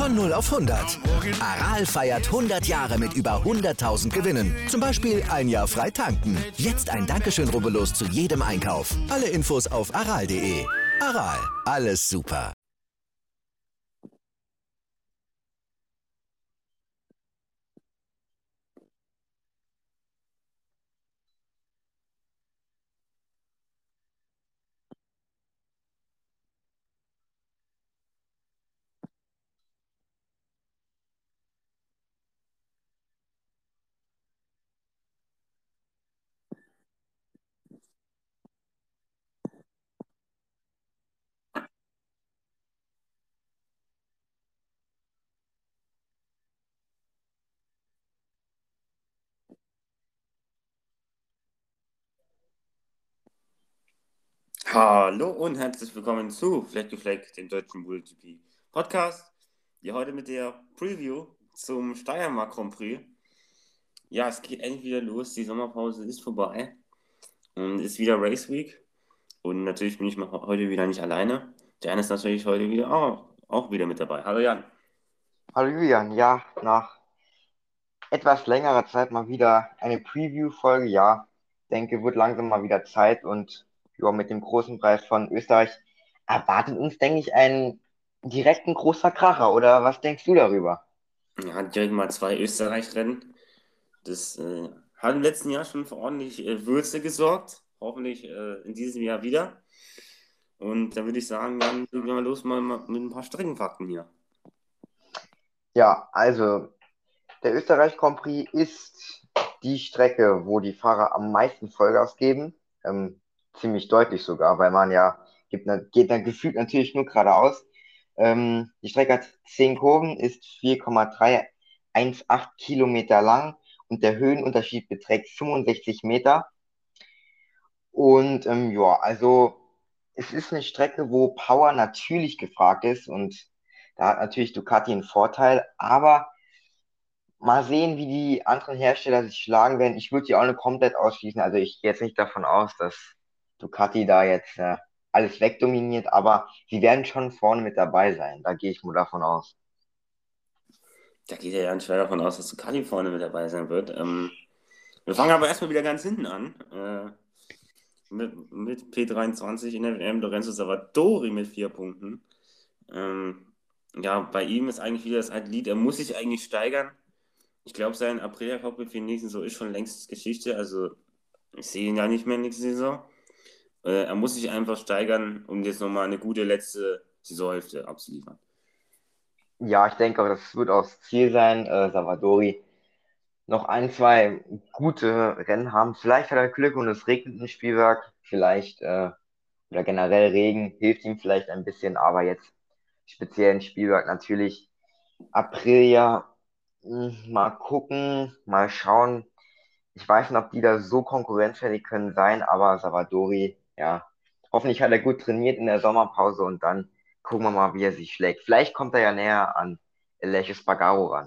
Von 0 auf 100. Aral feiert 100 Jahre mit über 100.000 Gewinnen. Zum Beispiel ein Jahr frei tanken. Jetzt ein Dankeschön, rubbellos zu jedem Einkauf. Alle Infos auf aral.de. Aral, alles super. Hallo und herzlich willkommen zu Fleck gefleckt, dem deutschen MotoGP Podcast. Hier heute mit der Preview zum Steiermark Grand Prix. Ja, es geht endlich wieder los, die Sommerpause ist vorbei und ist wieder Race Week. Und natürlich bin ich heute wieder nicht alleine. Jan ist natürlich heute wieder auch wieder mit dabei. Hallo Jan. Hallo Julian, ja, nach etwas längerer Zeit mal wieder eine Preview-Folge, ja, denke, wird langsam mal wieder Zeit und ja, mit dem großen Preis von Österreich erwartet uns, denke ich, ein direkten großer Kracher, oder was denkst du darüber? Ja, direkt mal 2 Österreich-Rennen. Das hat im letzten Jahr schon für ordentlich Würze gesorgt. Hoffentlich in diesem Jahr wieder. Und da würde ich sagen, dann legen wir mal los mal mit ein paar Streckenfakten hier. Ja, also der Österreich Grand Prix ist die Strecke, wo die Fahrer am meisten Vollgas geben, ziemlich deutlich sogar, weil man ja geht dann gefühlt natürlich nur geradeaus. Die Strecke hat 10 Kurven, ist 4,318 Kilometer lang und der Höhenunterschied beträgt 65 Meter. Und ja, also es ist eine Strecke, wo Power natürlich gefragt ist und da hat natürlich Ducati einen Vorteil, aber mal sehen, wie die anderen Hersteller sich schlagen werden. Ich würde die auch nicht komplett ausschließen. Also ich gehe jetzt nicht davon aus, dass Ducati da jetzt alles wegdominiert, aber sie werden schon vorne mit dabei sein. Da gehe ich mal davon aus. Da geht ja schwer davon aus, dass Ducati vorne mit dabei sein wird. Wir fangen aber erstmal wieder ganz hinten an. Mit P23 in der WM, Lorenzo Savadori mit 4 Punkten. Ja, bei ihm ist eigentlich wieder das alte Lied. Er muss sich eigentlich steigern. Ich glaube, sein Aprilia-Cockpit für den nächsten so ist schon längst Geschichte. Also ich sehe ihn ja nicht mehr nächste Saison. Er muss sich einfach steigern, um jetzt nochmal eine gute letzte Saisonhälfte abzuliefern. Ja, ich denke, das wird auch das Ziel sein. Savadori noch ein, zwei gute Rennen haben. Vielleicht hat er Glück und es regnet im Spielwerk. Vielleicht, oder generell Regen hilft ihm vielleicht ein bisschen, aber jetzt speziell im Spielwerk natürlich Aprilia. Mal gucken, mal schauen. Ich weiß nicht, ob die da so konkurrenzfähig können sein, aber Savadori, ja, hoffentlich hat er gut trainiert in der Sommerpause und dann gucken wir mal, wie er sich schlägt. Vielleicht kommt er ja näher an Aleix Espargaro ran.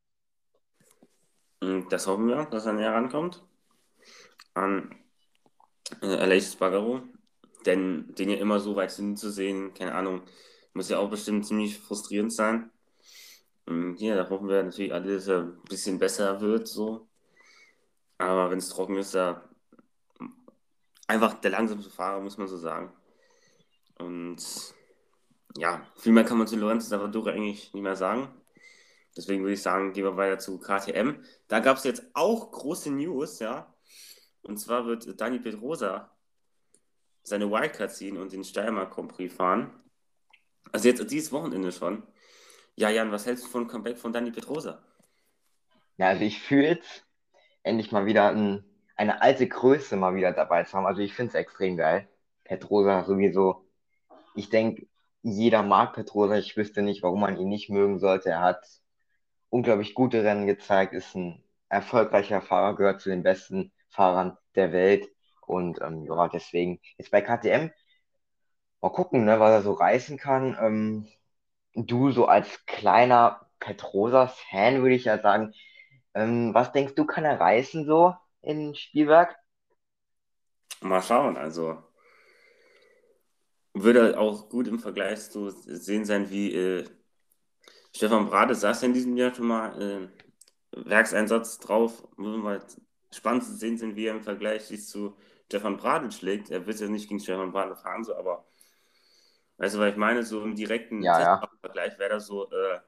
Und das hoffen wir, dass er näher rankommt an Aleix Espargaro. Denn den ja immer so weit hinten zu sehen, keine Ahnung, muss ja auch bestimmt ziemlich frustrierend sein. Und ja, da hoffen wir natürlich alle, dass er ein bisschen besser wird, so. Aber wenn es trocken ist, da einfach der langsamste Fahrer, muss man so sagen. Und ja, viel mehr kann man zu Lorenzo Savadori eigentlich nicht mehr sagen. Deswegen würde ich sagen, gehen wir weiter zu KTM. Da gab es jetzt auch große News, ja. Und zwar wird Dani Pedrosa seine Wildcard ziehen und den Steiermark Grand Prix fahren. Also jetzt dieses Wochenende schon. Ja, Jan, was hältst du von Comeback von Dani Pedrosa? Ja, also ich fühle jetzt endlich mal wieder eine alte Größe mal wieder dabei zu haben. Also ich finde es extrem geil. Pedrosa sowieso. Ich denke, jeder mag Pedrosa. Ich wüsste nicht, warum man ihn nicht mögen sollte. Er hat unglaublich gute Rennen gezeigt, ist ein erfolgreicher Fahrer, gehört zu den besten Fahrern der Welt. Und ja, deswegen jetzt bei KTM mal gucken, ne, was er so reißen kann. Du so als kleiner Petrosa-Fan würde ich ja sagen, was denkst du, kann er reißen so in Spielberg? Mal schauen, also würde auch gut im Vergleich zu sehen sein wie Stefan Bradl saß ja in diesem Jahr schon mal Werkseinsatz drauf. Muss mal spannend zu sehen sind, wie er im Vergleich sich zu Stefan Bradl schlägt. Er wird ja nicht gegen Stefan Bradl fahren, so, aber weißt du, was ich meine? So im direkten Ja, ja. Testvergleich, wer da so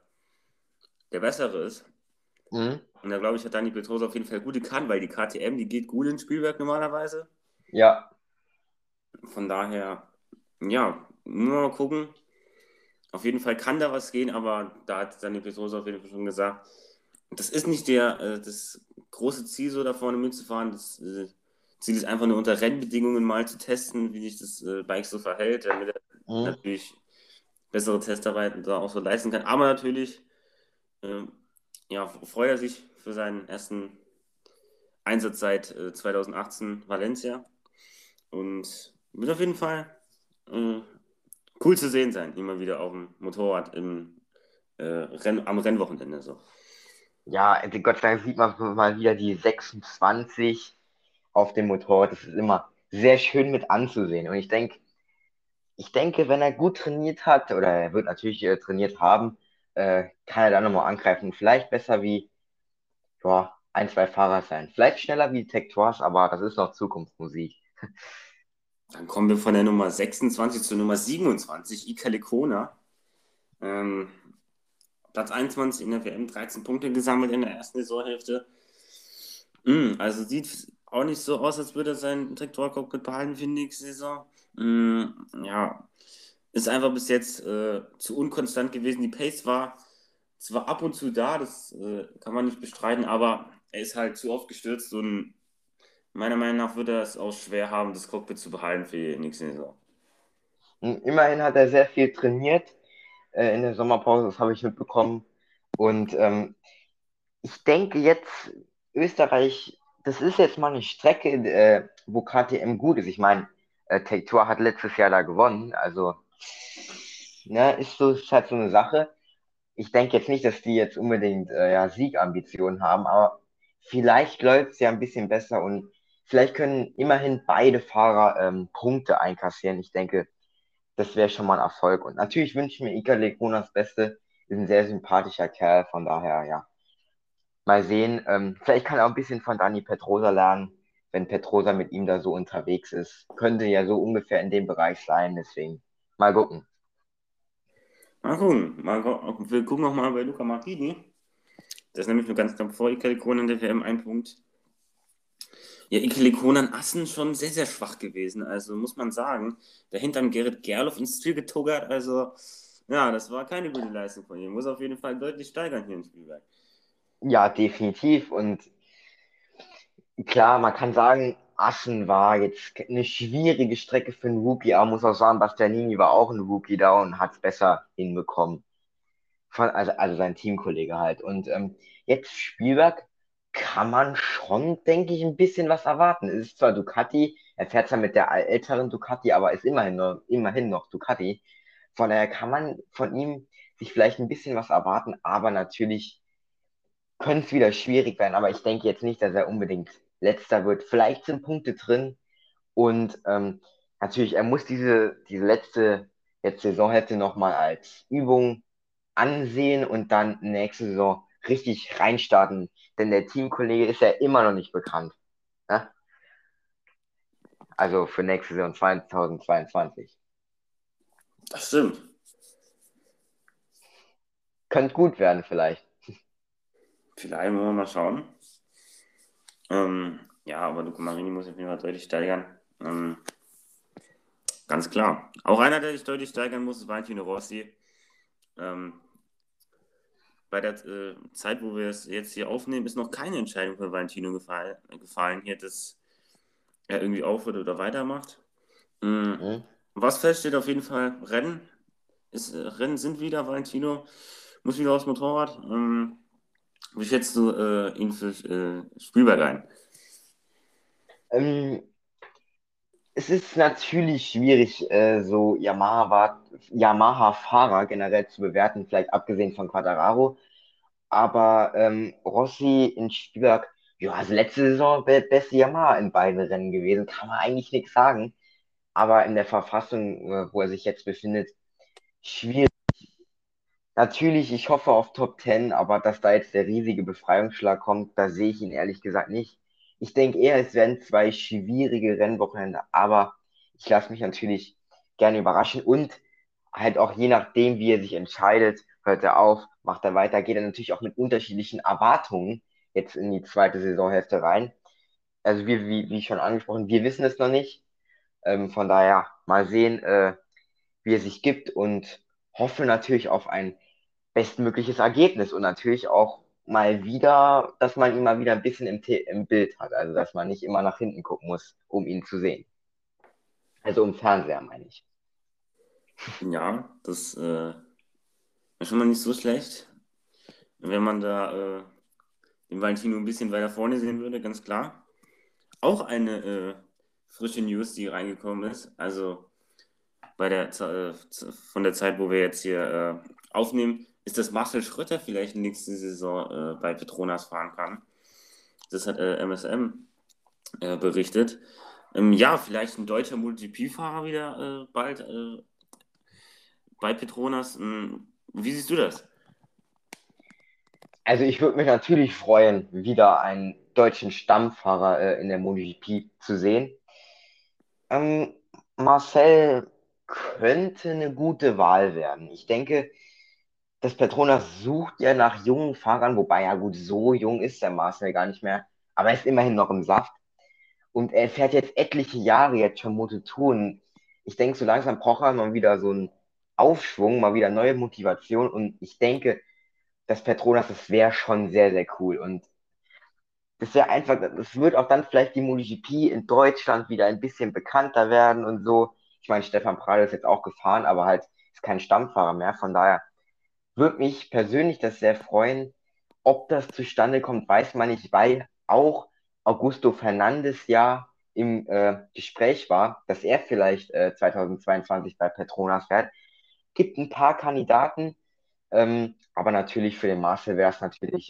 der Bessere ist. Mhm. Und da glaube ich, hat Dani Pedrosa auf jeden Fall gute Karten, weil die KTM, die geht gut ins Spielwerk normalerweise. Ja. Von daher, ja, nur mal gucken. Auf jeden Fall kann da was gehen, aber da hat Dani Pedrosa auf jeden Fall schon gesagt, das ist nicht das große Ziel, so da vorne mitzufahren. Das Ziel ist einfach nur unter Rennbedingungen mal zu testen, wie sich das Bike so verhält, damit er Mhm. natürlich bessere Testarbeiten da auch so leisten kann. Aber natürlich ja, freut er sich für seinen ersten Einsatz seit 2018 Valencia und wird auf jeden Fall äh, cool zu sehen sein, immer wieder auf dem Motorrad am Rennwochenende. So. Ja, also Gott sei Dank sieht man mal wieder die 26 auf dem Motorrad. Das ist immer sehr schön mit anzusehen. Und ich denke, wenn er gut trainiert hat, oder er wird natürlich trainiert haben, kann er da nochmal angreifen. Vielleicht besser wie, ja, ein, zwei Fahrer sein. Vielleicht schneller wie Tech Tours, aber das ist noch Zukunftsmusik. Dann kommen wir von der Nummer 26 zur Nummer 27, Iker Lecuona. Ähm, Platz 21 in der WM, 13 Punkte gesammelt in der ersten Saisonhälfte. Also sieht auch nicht so aus, als würde er sein Traktorcockpit behalten für die nächste Saison. Ja, ist einfach bis jetzt zu unkonstant gewesen. Die Pace war zwar ab und zu da, das kann man nicht bestreiten, aber er ist halt zu oft gestürzt und meiner Meinung nach wird er es auch schwer haben, das Cockpit zu behalten für die nächste Saison. Immerhin hat er sehr viel trainiert in der Sommerpause, das habe ich mitbekommen. Und ich denke jetzt, Österreich, das ist jetzt mal eine Strecke, wo KTM gut ist. Ich meine, Take Two hat letztes Jahr da gewonnen, also ne, ist halt so eine Sache. Ich denke jetzt nicht, dass die jetzt unbedingt ja, Siegambitionen haben, aber vielleicht läuft es ja ein bisschen besser und vielleicht können immerhin beide Fahrer Punkte einkassieren. Ich denke, das wäre schon mal ein Erfolg. Und natürlich wünsche ich mir Iker Lecuona das Beste. Ist ein sehr sympathischer Kerl, von daher, ja. Mal sehen. Vielleicht kann er auch ein bisschen von Dani Pedrosa lernen, wenn Pedrosa mit ihm da so unterwegs ist. Könnte ja so ungefähr in dem Bereich sein, deswegen mal gucken. Mal gucken. Wir gucken noch mal bei Luca Marini. Das ist nämlich nur ganz knapp vor Iker Lecuona in der WM ein Punkt. Ja, Iker Lecuona in Assen schon sehr, sehr schwach gewesen. Also muss man sagen, dahinter am Gerrit Gerloff ins Ziel getuggert. Also ja, das war keine gute Leistung von ihm. Muss auf jeden Fall deutlich steigern hier im Spielwerk. Ja, definitiv. Und klar, man kann sagen, Assen war jetzt eine schwierige Strecke für einen Rookie, aber man muss auch sagen, Bastianini war auch ein Rookie da und hat es besser hinbekommen. Also sein Teamkollege halt. Und jetzt Spielberg kann man schon, denke ich, ein bisschen was erwarten. Es ist zwar Ducati, er fährt zwar mit der älteren Ducati, aber ist immerhin noch Ducati. Von daher kann man von ihm sich vielleicht ein bisschen was erwarten, aber natürlich könnte es wieder schwierig werden. Aber ich denke jetzt nicht, dass er unbedingt letzter wird. Vielleicht sind Punkte drin und natürlich, er muss diese letzte jetzt Saisonhälfte nochmal als Übung ansehen und dann nächste Saison richtig reinstarten. Denn der Teamkollege ist ja immer noch nicht bekannt. Ne? Also für nächste Saison 2022. Das stimmt. Könnte gut werden vielleicht. Vielleicht wollen wir mal schauen. Ja, aber Luca Marini muss auf jeden Fall deutlich steigern. Ganz klar. Auch einer, der sich deutlich steigern muss, ist Valentino Rossi. Bei der Zeit, wo wir es jetzt hier aufnehmen, ist noch keine Entscheidung für Valentino gefallen hier, dass er irgendwie aufhört oder weitermacht. Hm? Was feststeht auf jeden Fall, Rennen sind wieder, Valentino muss wieder aufs Motorrad. Wie schätzt du ihn für Spielberg ein? Ähm, Es ist natürlich schwierig, so Yamaha-Fahrer generell zu bewerten, vielleicht abgesehen von Quartararo. Aber Rossi in Spielberg, ja, also letzte Saison beste Yamaha in beiden Rennen gewesen, kann man eigentlich nichts sagen. Aber in der Verfassung, wo er sich jetzt befindet, schwierig. Natürlich, ich hoffe auf Top 10, aber dass da jetzt der riesige Befreiungsschlag kommt, da sehe ich ihn ehrlich gesagt nicht. Ich denke eher, es werden zwei schwierige Rennwochenende, aber ich lasse mich natürlich gerne überraschen und halt auch je nachdem, wie er sich entscheidet, hört er auf, macht er weiter, geht er natürlich auch mit unterschiedlichen Erwartungen jetzt in die zweite Saisonhälfte rein. Also wie schon angesprochen, wir wissen es noch nicht. Von daher mal sehen, wie er sich gibt und hoffe natürlich auf ein bestmögliches Ergebnis und natürlich auch mal wieder, dass man ihn mal wieder ein bisschen im Bild hat, also dass man nicht immer nach hinten gucken muss, um ihn zu sehen. Also im Fernseher meine ich. Ja, das ist schon mal nicht so schlecht, wenn man da den Valentino ein bisschen weiter vorne sehen würde, ganz klar. Auch eine frische News, die reingekommen ist. Also von der Zeit, wo wir jetzt hier aufnehmen, ist, dass Marcel Schröter vielleicht nächste Saison bei Petronas fahren kann. Das hat MSM berichtet. Ja, vielleicht ein deutscher MotoGP-Fahrer wieder bald bei Petronas. Wie siehst du das? Also ich würde mich natürlich freuen, wieder einen deutschen Stammfahrer in der MotoGP zu sehen. Ähm, Marcel könnte eine gute Wahl werden. Ich denke, das Petronas sucht ja nach jungen Fahrern, wobei ja gut, so jung ist der Marcel gar nicht mehr, aber er ist immerhin noch im Saft. Und er fährt jetzt etliche Jahre jetzt schon Moto2 und ich denke, so langsam braucht er mal wieder so einen Aufschwung, mal wieder neue Motivation und ich denke, das Petronas, das wäre schon sehr, sehr cool und das wäre einfach, das wird auch dann vielleicht die MotoGP in Deutschland wieder ein bisschen bekannter werden und so. Ich meine, Stefan Bradl ist jetzt auch gefahren, aber halt ist kein Stammfahrer mehr, von daher würde mich persönlich das sehr freuen. Ob das zustande kommt, weiß man nicht, weil auch Augusto Fernandes ja im Gespräch war, dass er vielleicht 2022 bei Petronas fährt. Gibt ein paar Kandidaten, aber natürlich für den Marcel wäre es natürlich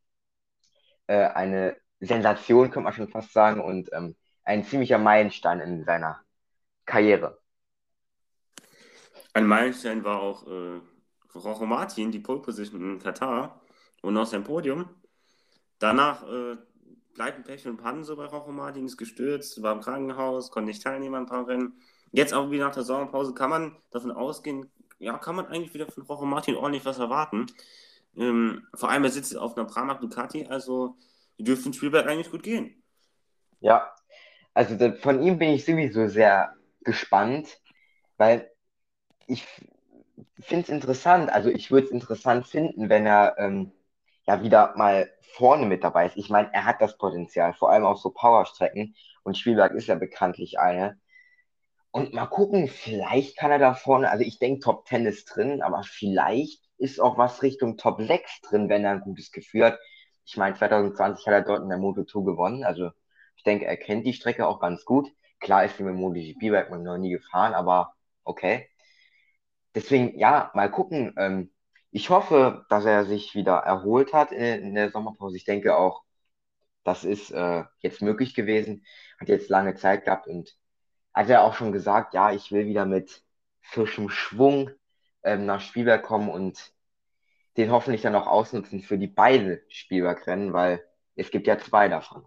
eine Sensation, könnte man schon fast sagen, und ein ziemlicher Meilenstein in seiner Karriere. Ein Meilenstein war auch Jorge Martin, die Pole Position in Katar und noch sein Podium. Danach Pleiten, Pech und Pannen so bei Jorge Martin, ist gestürzt, war im Krankenhaus, konnte nicht teilnehmen an ein paar Rennen. Jetzt auch wieder nach der Sommerpause kann man davon ausgehen, ja, kann man eigentlich wieder von Jorge Martin ordentlich was erwarten. Vor allem, er sitzt auf einer Pramac Ducati, also die dürften Spielberg eigentlich gut gehen. Ja, also von ihm bin ich sowieso sehr gespannt, weil ich finde es interessant, also ich würde es interessant finden, wenn er ja wieder mal vorne mit dabei ist. Ich meine, er hat das Potenzial, vor allem auf so Powerstrecken und Spielberg ist ja bekanntlich eine. Und mal gucken, vielleicht kann er da vorne, also ich denke, Top 10 ist drin, aber vielleicht ist auch was Richtung Top 6 drin, wenn er ein gutes Gefühl hat. Ich meine, 2020 hat er dort in der Moto2 gewonnen, also ich denke, er kennt die Strecke auch ganz gut. Klar ist er mit dem MotoGP-Werk noch nie gefahren, aber okay. Deswegen, ja, mal gucken. Ich hoffe, dass er sich wieder erholt hat in der Sommerpause. Ich denke auch, das ist jetzt möglich gewesen. Hat jetzt lange Zeit gehabt und hat er auch schon gesagt, ja, ich will wieder mit frischem Schwung nach Spielberg kommen und den hoffentlich dann auch ausnutzen für die beiden Spielbergrennen, weil es gibt ja zwei davon.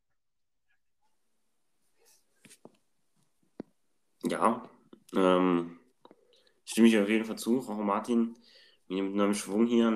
Ja, stimme ich auf jeden Fall zu. Jorge Martin mit einem Schwung hier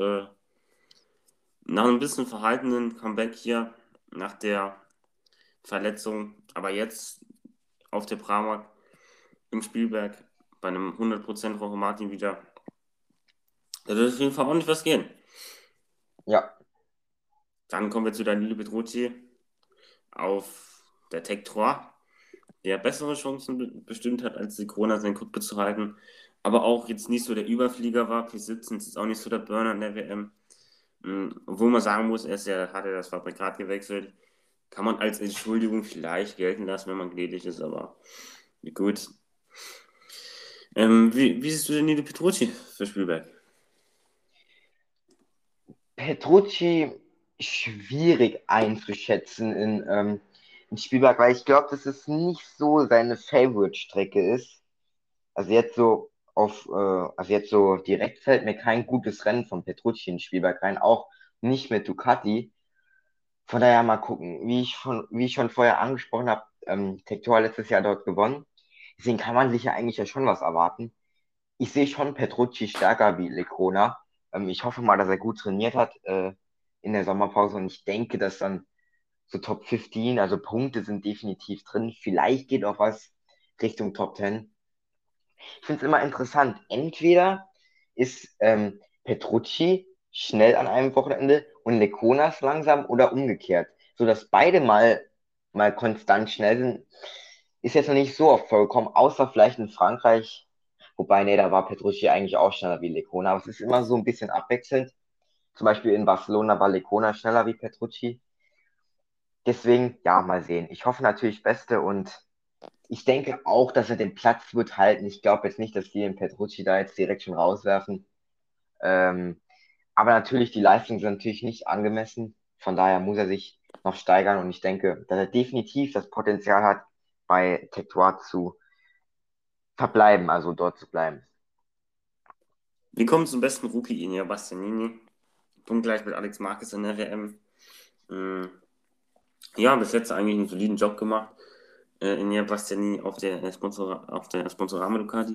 nach einem bisschen verhaltenen Comeback hier, nach der Verletzung, aber jetzt auf der Pramac im Spielberg bei einem 100% Jorge Martin wieder. Da wird auf jeden Fall ordentlich was gehen. Ja, Dann kommen wir zu Danilo Petrucci auf der Tech 3, der bessere Chancen bestimmt hat, als die Corona sein Cockpit zu halten, aber auch jetzt nicht so der Überflieger war. P17 ist auch nicht so der Burner in der WM. Obwohl man sagen muss, hat er das Fabrikat gewechselt. Kann man als Entschuldigung vielleicht gelten lassen, wenn man gnädig ist, aber gut. Wie siehst du denn Danilo Petrucci für Spielberg? Petrucci schwierig einzuschätzen in Spielberg, weil ich glaube, dass es nicht so seine Favorite-Strecke ist. Also jetzt so also jetzt so direkt fällt mir kein gutes Rennen von Petrucci ins Spielberg rein, auch nicht mit Ducati. Von daher mal gucken. Wie ich schon vorher angesprochen habe, Tector hat letztes Jahr dort gewonnen. Deswegen kann man sich ja eigentlich ja schon was erwarten. Ich sehe schon Petrucci stärker wie Lecona. Ich hoffe mal, dass er gut trainiert hat in der Sommerpause und ich denke, dass dann so Top 15, also Punkte sind definitiv drin. Vielleicht geht auch was Richtung Top 10. Ich finde es immer interessant. Entweder ist Petrucci schnell an einem Wochenende und Leconas langsam oder umgekehrt. So dass beide mal konstant schnell sind, ist jetzt noch nicht so oft vorgekommen, außer vielleicht in Frankreich. Wobei, nee, da war Petrucci eigentlich auch schneller wie Lecona. Aber es ist immer so ein bisschen abwechselnd. Zum Beispiel in Barcelona war Lecona schneller wie Petrucci. Deswegen, ja, mal sehen. Ich hoffe natürlich Beste und ich denke auch, dass er den Platz wird halten. Ich glaube jetzt nicht, dass die den Petrucci da jetzt direkt schon rauswerfen. Ähm, aber natürlich, die Leistungen sind natürlich nicht angemessen. Von daher muss er sich noch steigern und ich denke, dass er definitiv das Potenzial hat, bei Tectoir zu verbleiben, also dort zu bleiben. Wir kommen zum besten Rookie, Enea Bastianini. Punktgleich mit Alex Marquez in der WM. Ja, bis jetzt eigentlich einen soliden Job gemacht. Enea Bastianini auf der Sponsorama Ducati.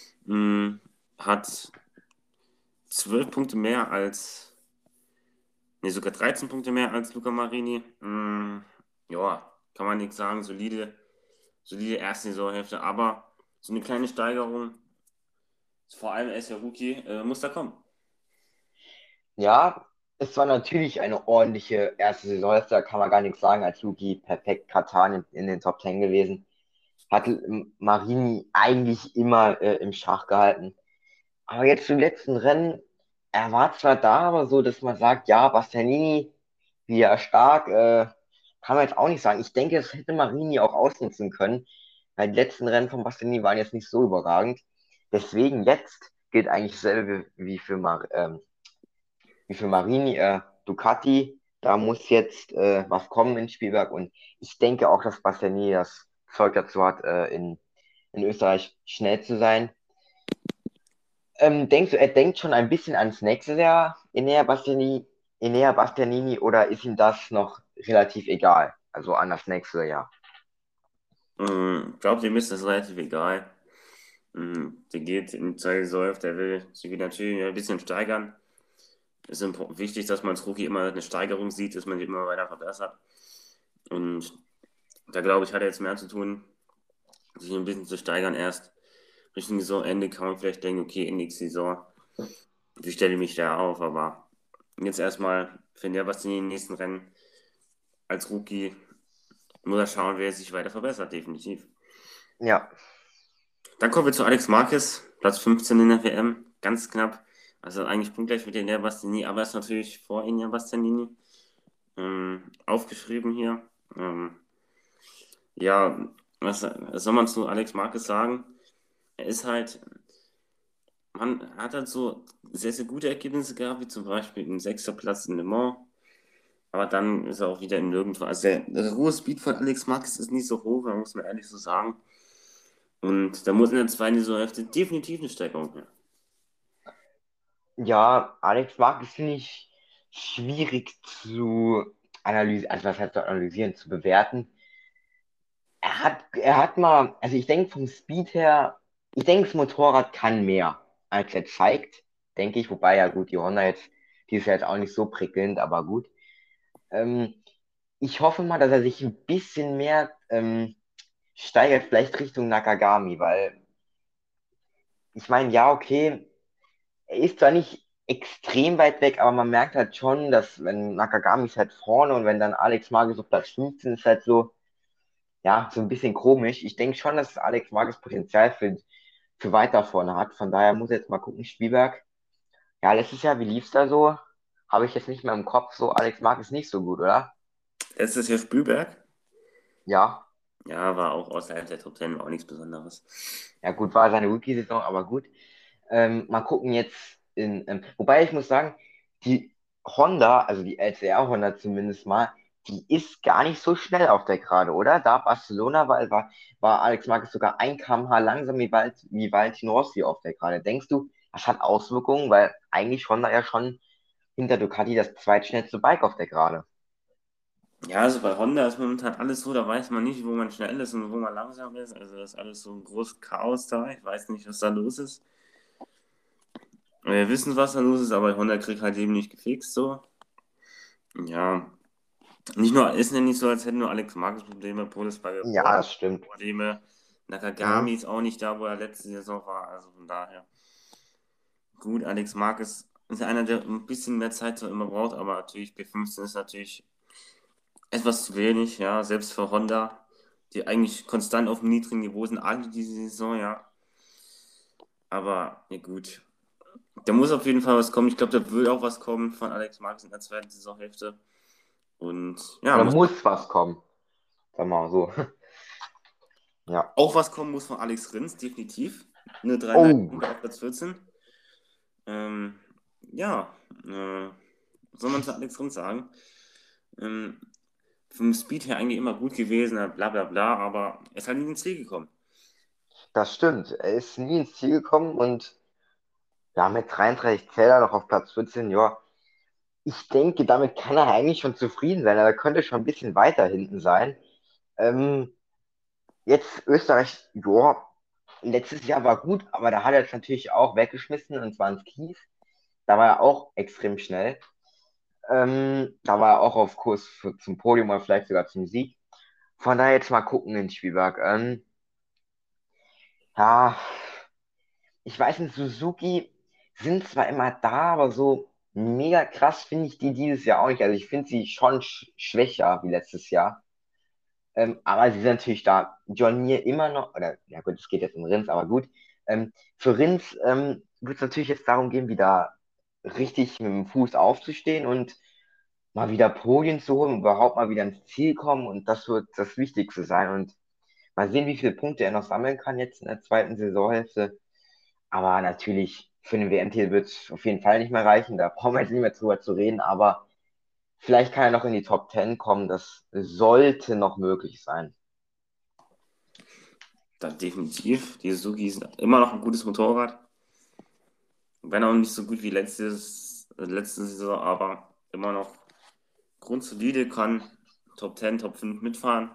Hat 12 Punkte mehr als, sogar 13 Punkte mehr als Luca Marini. Ja, kann man nichts sagen. Solide erste Saisonhälfte, aber so eine kleine Steigerung, vor allem er ist ja Rookie, muss da kommen. Ja, es war natürlich eine ordentliche erste Saison, da kann man gar nichts sagen, als Rookie perfekt Katan in den Top 10 gewesen. Hat Marini eigentlich immer im Schach gehalten. Aber jetzt im letzten Rennen, er war zwar da, aber so, dass man sagt, ja, Bastianini, wieder stark, kann man jetzt auch nicht sagen. Ich denke, das hätte Marini auch ausnutzen können, weil die letzten Rennen von Bastianini waren jetzt nicht so überragend. Deswegen jetzt gilt eigentlich dasselbe wie für Marini, Ducati. Da muss jetzt was kommen ins Spielwerk und ich denke auch, dass Bastianini das Zeug dazu hat, in Österreich schnell zu sein. Denkst du, er denkt schon ein bisschen ans nächste Jahr, Enea Bastianini, oder ist ihm das noch relativ egal? Also an das nächste Jahr. Ich glaube, dem ist das relativ egal. Der geht in die zweite Saison, der will sich natürlich ein bisschen steigern. Es ist wichtig, dass man als Rookie immer eine Steigerung sieht, dass man sich immer weiter verbessert. Und da glaube ich, hat er jetzt mehr zu tun, sich ein bisschen zu steigern erst. Richtung Saisonende kann man vielleicht denken, okay, in nächste Saison, wie stelle ich mich da auf? Aber jetzt erstmal, wenn der was in den nächsten Rennen als Rookie muss er schauen, wer sich weiter verbessert, definitiv. Ja. Dann kommen wir zu Alex Marquez, Platz 15 in der WM, ganz knapp. Also eigentlich punktgleich mit Enea Bastianini, aber ist natürlich vor Enea Bastianini aufgeschrieben hier. Ja, was soll man zu Alex Marquez sagen? Er ist halt, man hat halt so sehr, sehr gute Ergebnisse gehabt, wie zum Beispiel ein 6. Platz in Le Mans. Aber dann ist er auch wieder in nirgendwo. Also der rohe Speed von Alex Marquez ist nicht so hoch, muss man ehrlich so sagen. Und da muss in der zweiten Saisonhälfte definitiv eine Steigerung her. Ja, Alex Marquez finde ich schwierig zu analysieren, also was heißt zu analysieren, zu bewerten. Er hat mal, also ich denke vom Speed her, ich denke, das Motorrad kann mehr, als er zeigt, denke ich. Wobei, ja gut, die Honda jetzt, die ist ja jetzt auch nicht so prickelnd, aber gut. Ähm, Ich hoffe mal, dass er sich ein bisschen mehr steigert, vielleicht Richtung Nakagami, weil ich meine, ja, okay, er ist zwar nicht extrem weit weg, aber man merkt halt schon, dass wenn Nakagami ist halt vorne und wenn dann Alex Marquez auf Platz 15 ist halt so, ja, so ein bisschen komisch. Ich denke schon, dass Alex Marquez Potenzial für weiter vorne hat. Von daher muss er jetzt mal gucken, Spielberg. Ja, letztes Jahr, wie lief's da so? Habe ich jetzt nicht mehr im Kopf, so Alex Marquez nicht so gut, oder? Letztes Jahr Spielberg. Ja. Ja, war auch außerhalb der Top 10 auch nichts Besonderes. Ja, gut, war seine Rookie-Saison, aber gut. Mal gucken jetzt wobei ich muss sagen, die Honda, also die LCR Honda zumindest mal, die ist gar nicht so schnell auf der Gerade, oder? Da Barcelona war Alex Marquez sogar 1 km/h langsam wie Valentino Rossi auf der Gerade. Denkst du, das hat Auswirkungen, weil eigentlich Honda ja schon hinter Ducati das zweitschnellste Bike auf der Gerade. Ja, also bei Honda ist momentan alles so, da weiß man nicht, wo man schnell ist und wo man langsam ist. Also das ist alles so ein großes Chaos da. Ich weiß nicht, was da los ist. Wir wissen, was da los ist, aber Honda kriegt halt eben nicht gefixt so. Ja, nicht nur, ist ja nicht so, als hätten nur Alex Marquez Probleme, Paul Ja, Espargaro das stimmt. Probleme. Mhm. Nakagami ist auch nicht da, wo er letzte Saison war. Also von daher. Gut, Alex Marquez ist einer, der ein bisschen mehr Zeit so immer braucht, aber natürlich P15 ist natürlich etwas zu wenig, ja, selbst für Honda, die eigentlich konstant auf einem niedrigen Niveau sind, alle diese Saison, ja. Aber, ja gut. Da muss auf jeden Fall was kommen. Ich glaube, da wird auch was kommen von Alex Marquez in der zweiten Saisonhälfte. Und ja, Oder muss man muss was kommen? Sag mal so. Ja. auch was kommen muss von Alex Rins, definitiv. Eine 3 Oh, auf Platz 14. Ähm, ja, was soll man zu Alex Rins sagen? Ähm, vom Speed her eigentlich immer gut gewesen, bla bla bla, aber er ist halt nie ins Ziel gekommen. das stimmt. Er ist nie ins Ziel gekommen und ja, mit 33 Zähler noch auf Platz 14, ja. Ich denke, damit kann er eigentlich schon zufrieden sein. Er könnte schon ein bisschen weiter hinten sein. Ähm, Jetzt Österreich, ja, letztes Jahr war gut, aber da hat er es natürlich auch weggeschmissen und zwar ins Kies. Da war er auch extrem schnell. Da war er auch auf Kurs zum Podium oder vielleicht sogar zum Sieg. Von daher jetzt mal gucken in Spielberg. Ja, ich weiß nicht, Suzuki sind zwar immer da, aber so mega krass finde ich die dieses Jahr auch nicht. Also ich finde sie schon schwächer wie letztes Jahr. Aber sie sind natürlich da. John Mir immer noch, oder ja gut, es geht jetzt um Rins, aber gut. Für Rins wird es natürlich jetzt darum gehen, wieder richtig mit dem Fuß aufzustehen und mal wieder Podien zu holen, überhaupt mal wieder ins Ziel kommen und das wird das Wichtigste sein. Und mal sehen, wie viele Punkte er noch sammeln kann jetzt in der zweiten Saisonhälfte. Aber natürlich für den WM-Titel wird es auf jeden Fall nicht mehr reichen. Da brauchen wir jetzt nicht mehr drüber zu reden. Aber vielleicht kann er noch in die Top 10 kommen. Das sollte noch möglich sein. Dann definitiv. Die Suzuki ist immer noch ein gutes Motorrad. Wenn auch nicht so gut wie letzte Saison, aber immer noch grundsolide, kann Top 10, Top 5 mitfahren.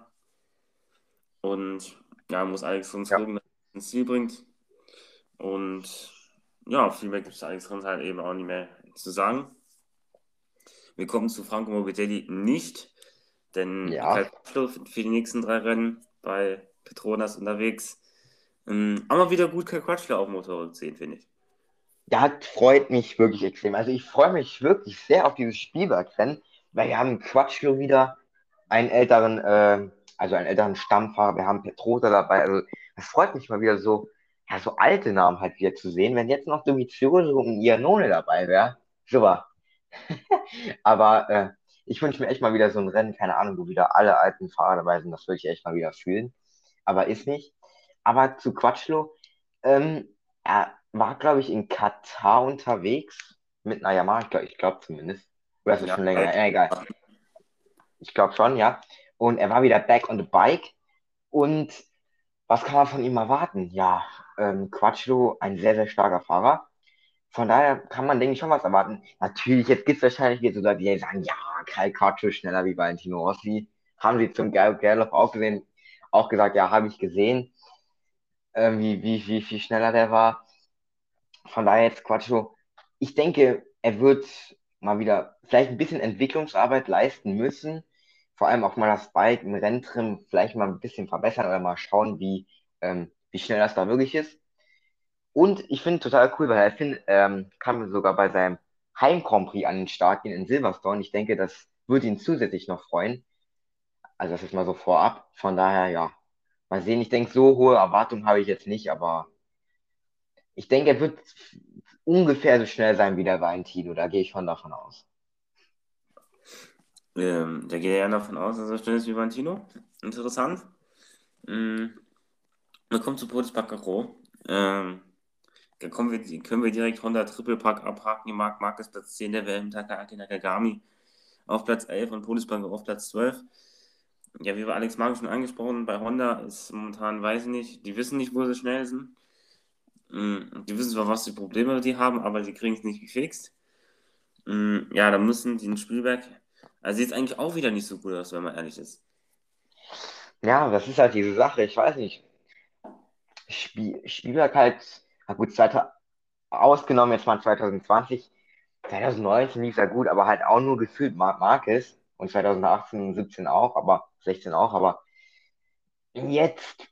Und ja, muss Alex Rins Ja, gucken, dass er ins Ziel bringt. Und ja, viel mehr gibt es Alex Rins halt eben auch nicht mehr zu sagen. Wir kommen zu Franco Morbidelli nicht, denn ja. Kai Crutchlow für die nächsten 3 Rennen bei Petronas unterwegs. Aber wieder gut Kai Crutchlow auf dem Motorrad sehen, finde ich. Das freut mich wirklich extrem. Also ich freue mich wirklich sehr auf dieses Spielbergrennen, weil wir haben Quatschlo wieder, einen also einen älteren Stammfahrer, wir haben Petrota dabei. Also es freut mich mal wieder so, ja, so alte Namen halt wieder zu sehen. Wenn jetzt noch Dovizioso und Iannone dabei wäre, super. Aber ich wünsche mir echt mal wieder so ein Rennen, keine Ahnung, wo wieder alle alten Fahrer dabei sind. Das würde ich echt mal wieder fühlen. Aber ist nicht. Aber zu Quatschlo, er war, glaube ich, in Katar unterwegs mit einer Yamaha, ich glaub zumindest. Oder ist das Ja, schon länger? Ja, egal. Ich glaube schon, ja. Und er war wieder back on the bike. Und was kann man von ihm erwarten? Ja, Quatschlo, ein sehr, sehr starker Fahrer. Von daher kann man, denke ich, schon was erwarten. Natürlich, jetzt gibt es wahrscheinlich wieder so Leute, die sagen, ja, Kai Quattro schneller wie Valentino Rossi. Haben sie zum Gerloff auch gesehen, auch gesagt, ja, habe ich gesehen, wie viel schneller der war. Von daher jetzt Quattro. Ich denke, er wird mal wieder vielleicht ein bisschen Entwicklungsarbeit leisten müssen. Vor allem auch mal das Bike im Renntrim vielleicht mal ein bisschen verbessern oder mal schauen, wie schnell das da wirklich ist. Und ich finde total cool, weil kam sogar bei seinem Heim-Grand Prix an den Start gehen in Silverstone. Ich denke, das würde ihn zusätzlich noch freuen. Also das ist mal so vorab. Von daher, ja, mal sehen. Ich denke, so hohe Erwartungen habe ich jetzt nicht, aber ich denke, er wird ungefähr so schnell sein wie der Valentino. Da gehe ich schon davon aus. Da geht er ja davon aus, dass er schnell ist wie Valentino. Interessant. Ähm, Dann kommt zu Boris Baccaro. Da können wir direkt Honda Triple Pack abhaken. Marc Marquez Platz 10 der WM, Takaki Nakagami auf Platz 11 und Polispargaro auf Platz 12. Ja, wie wir Alex Marco schon angesprochen, bei Honda ist momentan, weiß ich nicht, die wissen nicht, wo sie schnell sind. Die wissen zwar, was die Probleme die haben, aber die kriegen es nicht gefixt. Ja, da müssen die in Spielberg, also sieht es eigentlich auch wieder nicht so gut aus, wenn man ehrlich ist. Ja, das ist halt diese Sache, ich weiß nicht. Spielberg halt, na gut, ausgenommen jetzt mal 2020, 2019 lief es ja gut, aber halt auch nur gefühlt Marc Marquez und 2018 und 17 auch, aber 16 auch, aber jetzt,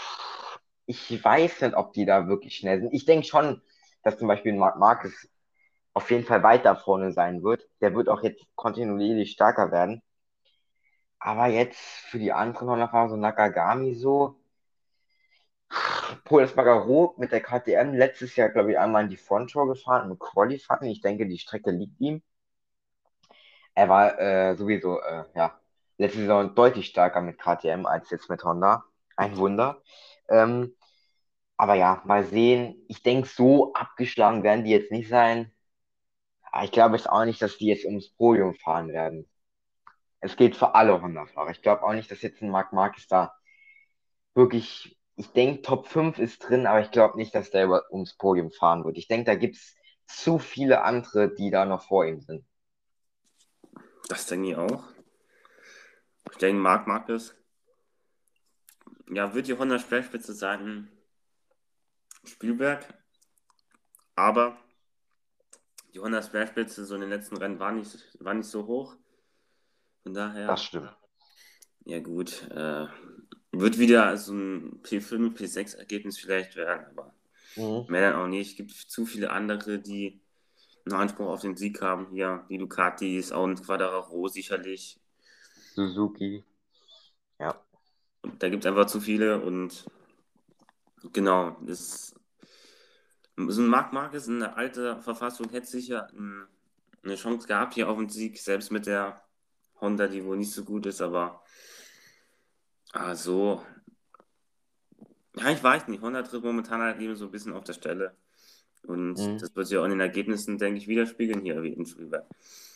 ich weiß nicht, ob die da wirklich schnell sind. Ich denke schon, dass zum Beispiel Marc Marquez auf jeden Fall weiter vorne sein wird. Der wird auch jetzt kontinuierlich stärker werden. Aber jetzt für die anderen Honda-Fahrer, so Nakagami so, Paul Espargaro mit der KTM letztes Jahr, glaube ich, einmal in die Frontschau gefahren im Qualifying. Ich denke, die Strecke liegt ihm. Er war sowieso, ja, letzte Saison deutlich stärker mit KTM als jetzt mit Honda. Ein Wunder. Ähm, aber ja, mal sehen. Ich denke, so abgeschlagen werden die jetzt nicht sein. Aber ich glaube jetzt auch nicht, dass die jetzt ums Podium fahren werden. Es geht für alle Honda-Fahrer. Ich glaube auch nicht, dass jetzt ein Marc Marquez da wirklich, ich denke, Top 5 ist drin, aber ich glaube nicht, dass der ums Podium fahren wird. Ich denke, da gibt es zu viele andere, die da noch vor ihm sind. Das denke ich auch. Ich denke, Marc Marquez, ja, wird die Honda-Speerspitze sein, Spielberg, aber die Honda-Speerspitze so in den letzten Rennen war nicht so hoch. Von daher, Das stimmt. ja gut, wird wieder so ein P5, P6-Ergebnis vielleicht werden, aber Mhm. mehr dann auch nicht. Es gibt zu viele andere, die einen Anspruch auf den Sieg haben hier. Die Ducatis, auch ein Quadraro sicherlich. Suzuki. Ja. Und da gibt es einfach zu viele und genau, so ein Marc Marquez in der alten Verfassung hätte sicher eine Chance gehabt hier auf den Sieg, selbst mit der Honda, die wohl nicht so gut ist, aber so, ja, ich weiß nicht. Honda tritt momentan halt eben so ein bisschen auf der Stelle. Und Mhm. das wird sich auch in den Ergebnissen, denke ich, widerspiegeln hier wie in Spielberg.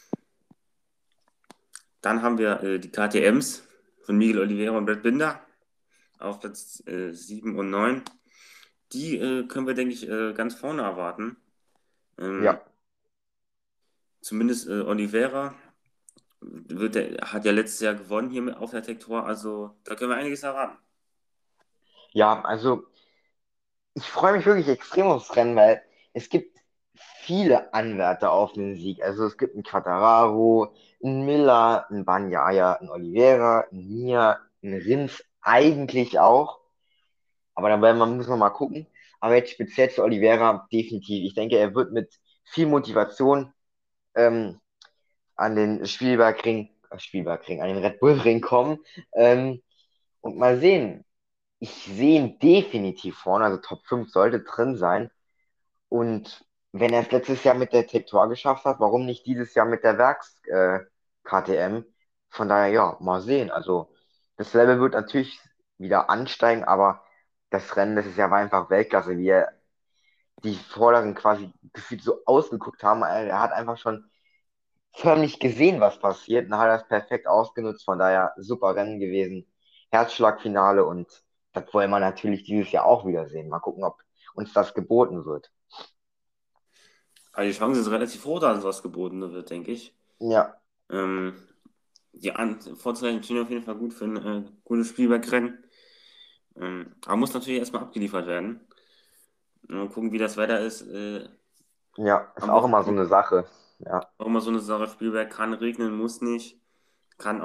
Dann haben wir die KTMs von Miguel Oliveira und Brad Binder auf Platz 7 und 9. Die können wir, denke ich, ganz vorne erwarten. Ja. Zumindest Oliveira hat ja letztes Jahr gewonnen hier auf der Tektor, also da können wir einiges erwarten. Ja, also ich freue mich wirklich extrem aufs Rennen, weil es gibt viele Anwärter auf den Sieg. Also es gibt einen Quartararo, einen Miller, einen Bagnaia, einen Oliveira, einen Mir, einen Rins eigentlich auch. Aber muss man mal gucken. Aber jetzt speziell zu Oliveira definitiv. Ich denke, er wird mit viel Motivation ähm, an den an den Red Bull Ring kommen. Ähm, und mal sehen. Ich sehe ihn definitiv vorne, also Top 5 sollte drin sein. Und wenn er es letztes Jahr mit der Tektor geschafft hat, warum nicht dieses Jahr mit der Werks-KTM? Von daher, ja, mal sehen. Also, das Level wird natürlich wieder ansteigen, aber das Rennen, das ist ja war einfach Weltklasse, wie er die Vorderen quasi gefühlt so ausgeguckt haben. Er hat einfach schon förmlich gesehen, was passiert und hat das perfekt ausgenutzt. Von daher, super Rennen gewesen. Herzschlagfinale und das wollen wir natürlich dieses Jahr auch wieder sehen. Mal gucken, ob uns das geboten wird. Aber die Chance ist relativ hoch, dass was geboten wird, denke ich. Ja, Ähm, die Vorzeichen stehen auf jeden Fall gut für ein gutes Spielbergrennen. Aber muss natürlich erstmal abgeliefert werden. Mal gucken, wie das Wetter ist. ja, ist Am auch immer so Wochenende eine Sache. Ja, auch immer so eine Sache. Spielberg kann regnen, muss nicht. Kann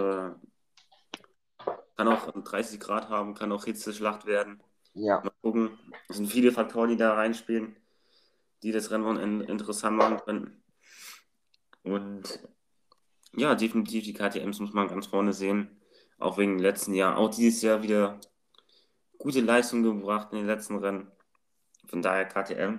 auch 30 Grad haben, kann auch Hitzeschlacht werden. ja, Mal gucken. Es sind viele Faktoren, die da reinspielen, die das Rennen interessant machen können. Und ja, definitiv die KTMs muss man ganz vorne sehen. Auch wegen dem letzten Jahr. Auch dieses Jahr wieder gute Leistung gebracht in den letzten Rennen. Von daher KTM.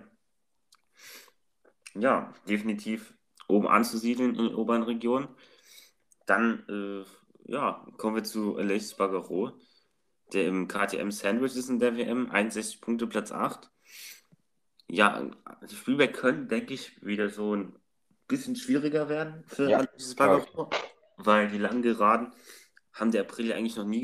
Ja, definitiv oben anzusiedeln in den oberen Regionen. Dann ja, kommen wir zu Aleix Spargaro, der im KTM Sandwich ist in der WM, 61 Punkte, Platz 8. Ja, die Spielberg können, denke ich, wieder so ein bisschen schwieriger werden für Ja, Alexis glaube ich. Bagaro, weil die langen Geraden haben der Aprilia eigentlich noch nie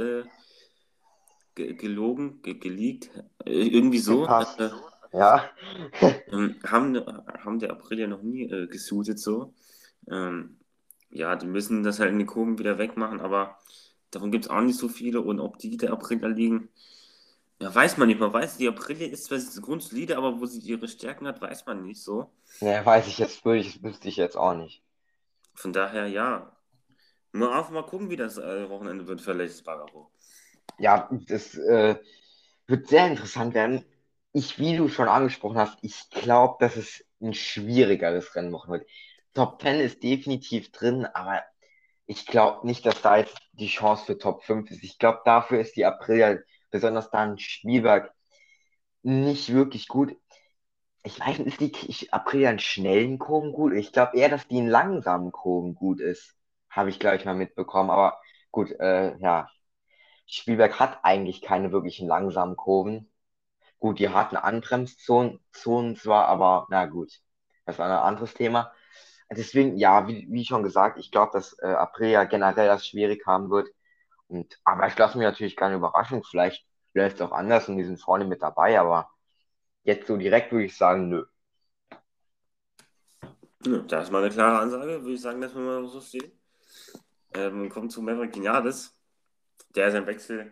gelogen, geleakt, irgendwie so. Gepasst. Ja. Haben der Aprilia noch nie gesuitet so. Ähm, ja, die müssen das halt in den Kurven wieder wegmachen, aber davon gibt es auch nicht so viele und ob die der Aprilia liegen, ja, weiß man nicht. Man weiß, die Aprilia ist zwar grundsolide, aber wo sie ihre Stärken hat, weiß man nicht so. Ne, weiß ich jetzt, wüsste ich jetzt auch nicht. Von daher, ja. Nur einfach mal gucken, wie das Wochenende wird für Alexis Bagaro. Ja, das wird sehr interessant werden. Wie du schon angesprochen hast, ich glaube, dass es ein schwierigeres Rennwochen wird. Top 10 ist definitiv drin, aber ich glaube nicht, dass da jetzt die Chance für Top 5 ist. Ich glaube, dafür ist die Aprilia, besonders da in Spielberg, nicht wirklich gut. Ich weiß nicht, ist die Aprilia in schnellen Kurven gut? Ich glaube eher, dass die in langsamen Kurven gut ist. Habe ich, glaube ich, mal mitbekommen. Aber gut, ja. Spielberg hat eigentlich keine wirklichen langsamen Kurven. Gut, die hatten Anbremszonen zwar, aber na gut, das war ein anderes Thema. Deswegen, ja, wie schon gesagt, ich glaube, dass Aprilia generell das schwierig haben wird. Aber ich lasse mich natürlich gerne überraschen. Vielleicht läuft es auch anders und die sind vorne mit dabei, aber jetzt so direkt würde ich sagen, nö. Ja, das ist mal eine klare Ansage, würde ich sagen, dass wir mal so stehen. Kommt zu Maverick Vinales. Der sein Wechsel,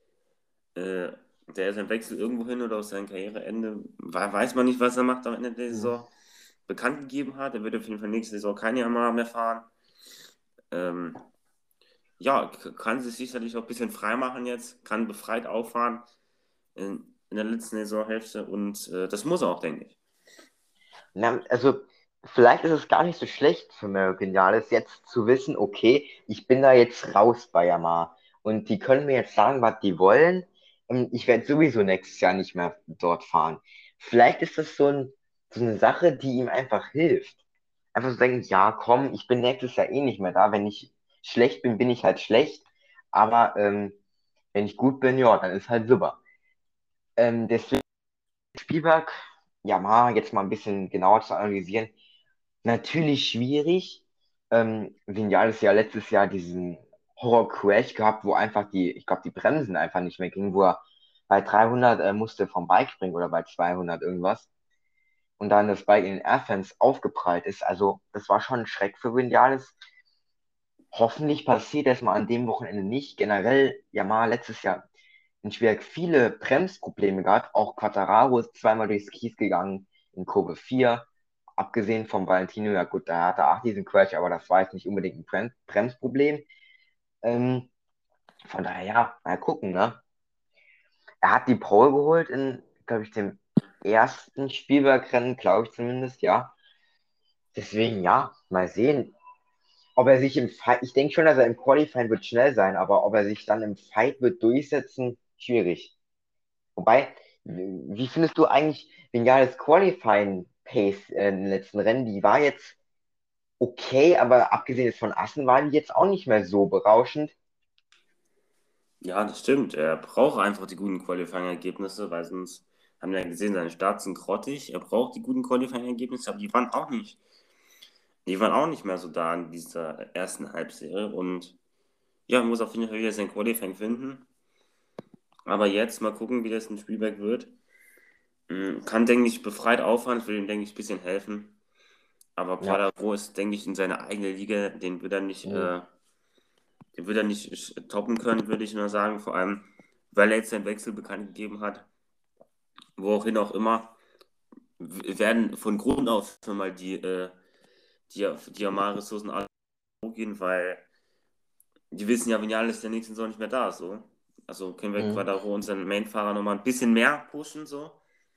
äh, der sein Wechsel irgendwo hin oder aus seinem Karriereende, weiß man nicht, was er macht am Ende der Hm. Saison, bekannt gegeben hat. Er wird auf jeden Fall nächste Saison kein Yamaha mehr fahren. Ähm, ja, kann sich sicherlich auch ein bisschen frei machen jetzt, kann befreit auffahren in der letzten Saisonhälfte und das muss er auch, denke ich. Na, also, vielleicht ist es gar nicht so schlecht für American Vinales, jetzt zu wissen, okay, ich bin da jetzt raus bei Yamaha. Und die können mir jetzt sagen, was die wollen. Ich werde sowieso nächstes Jahr nicht mehr dort fahren. Vielleicht ist das so eine Sache, die ihm einfach hilft. Einfach so denken, ja, komm, ich bin nächstes Jahr eh nicht mehr da. Wenn ich schlecht bin, bin ich halt schlecht. Aber wenn ich gut bin, ja, dann ist halt super. Deswegen Spielberg, Yamaha jetzt mal ein bisschen genauer zu analysieren. Natürlich schwierig. Vinales ja letztes Jahr diesen Horror-Crash gehabt, wo einfach ich glaube, die Bremsen einfach nicht mehr gingen, wo er bei 300 musste vom Bike springen oder bei 200 irgendwas und dann das Bike in den Airfans aufgeprallt ist. Also, das war schon ein Schreck für Vinales. Hoffentlich passiert das mal an dem Wochenende nicht. Generell, Yamaha letztes Jahr in Schwerk viele Bremsprobleme gehabt. Auch Quartararo ist zweimal durchs Kies gegangen in Kurve 4. Abgesehen vom Valentino, ja gut, da hatte er auch diesen Crash, aber das war jetzt nicht unbedingt ein Bremsproblem. Ähm, von daher, ja, mal gucken, ne? Er hat die Pole geholt in, glaube ich, dem ersten Spielbergrennen, glaube ich zumindest, ja. Deswegen, ja, mal sehen. Ob er sich im Fight, ich denke schon, dass er im Qualifying wird schnell sein, aber ob er sich dann im Fight wird durchsetzen, schwierig. Wobei, wie findest du eigentlich Vinales Qualifying Pace in den letzten Rennen? Die war jetzt okay, aber abgesehen jetzt von Assen war die jetzt auch nicht mehr so berauschend. Ja, das stimmt. Er braucht einfach die guten Qualifying-Ergebnisse, weil sonst haben wir ja gesehen, seine Starts sind grottig. Er braucht die guten Qualifying-Ergebnisse, aber die waren auch nicht mehr so da in dieser ersten Halbserie. Und ja, man muss auf jeden Fall wieder sein Qualifying finden. Aber jetzt mal gucken, wie das in Spielberg wird. Kann, denke ich, befreit auffahren. Ich will ihm, denke ich, ein bisschen helfen. Aber Ja. Quadraro ist, denke ich, in seiner eigenen Liga, Hm. den wird er nicht toppen können, würde ich nur sagen. Vor allem, weil er jetzt seinen Wechsel bekannt gegeben hat. Wohin auch immer, werden von Grund auf schon mal die Yamaha-Ressourcen alle hochgehen, weil die wissen ja, Vinales der nächsten Saison nicht mehr da ist. So. Also können wir Hm. Quadraro unseren Main-Fahrer nochmal ein bisschen mehr pushen. So.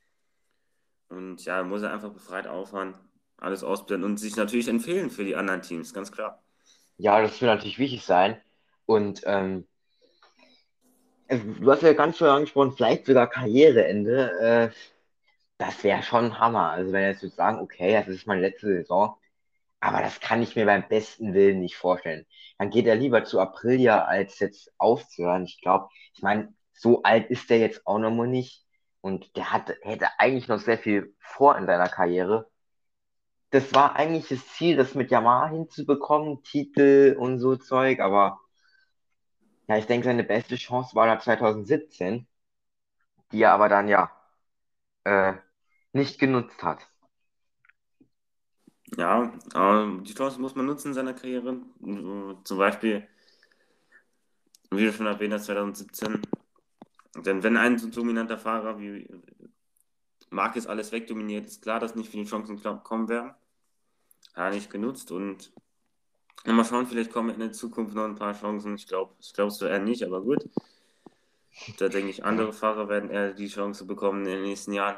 Und ja, muss er einfach befreit auffahren, alles ausblenden und sich natürlich empfehlen für die anderen Teams, ganz klar. Ja, das wird natürlich wichtig sein. Und du hast ja ganz schön angesprochen, vielleicht sogar Karriereende. Das wäre schon Hammer. Also wenn jetzt so sagen, okay, das ist meine letzte Saison, aber das kann ich mir beim besten Willen nicht vorstellen. Dann geht er lieber zu Aprilia, als jetzt aufzuhören. Ich meine, so alt ist der jetzt auch noch mal nicht. Und hätte eigentlich noch sehr viel vor in seiner Karriere. das war eigentlich das Ziel, das mit Yamaha hinzubekommen, Titel und so Zeug, aber ja, ich denke, seine beste Chance war da 2017, die er aber dann ja äh, nicht genutzt hat. Ja, die Chance muss man nutzen in seiner Karriere. Zum Beispiel, wie du schon erwähnt hast, 2017. Denn wenn ein so dominanter Fahrer wie Marquez alles wegdominiert, ist klar, dass nicht viele Chancen kommen werden. Hat er nicht genutzt und mal schauen, vielleicht kommen in der Zukunft noch ein paar Chancen. Ich glaube es eher nicht, aber gut. Da denke ich, andere Fahrer werden eher die Chance bekommen in den nächsten Jahren.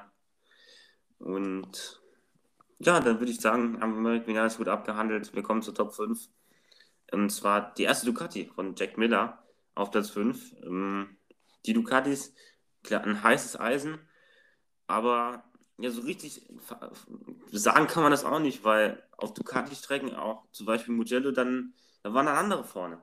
Und ja, dann würde ich sagen, haben wir Vinales gut abgehandelt. Wir kommen zur Top 5. Und zwar die erste Ducati von Jack Miller auf Platz 5. Die Ducatis, klar, ein heißes Eisen, aber ja, so richtig sagen kann man das auch nicht, weil auf Ducati-Strecken auch zum Beispiel Mugello, da waren dann andere vorne.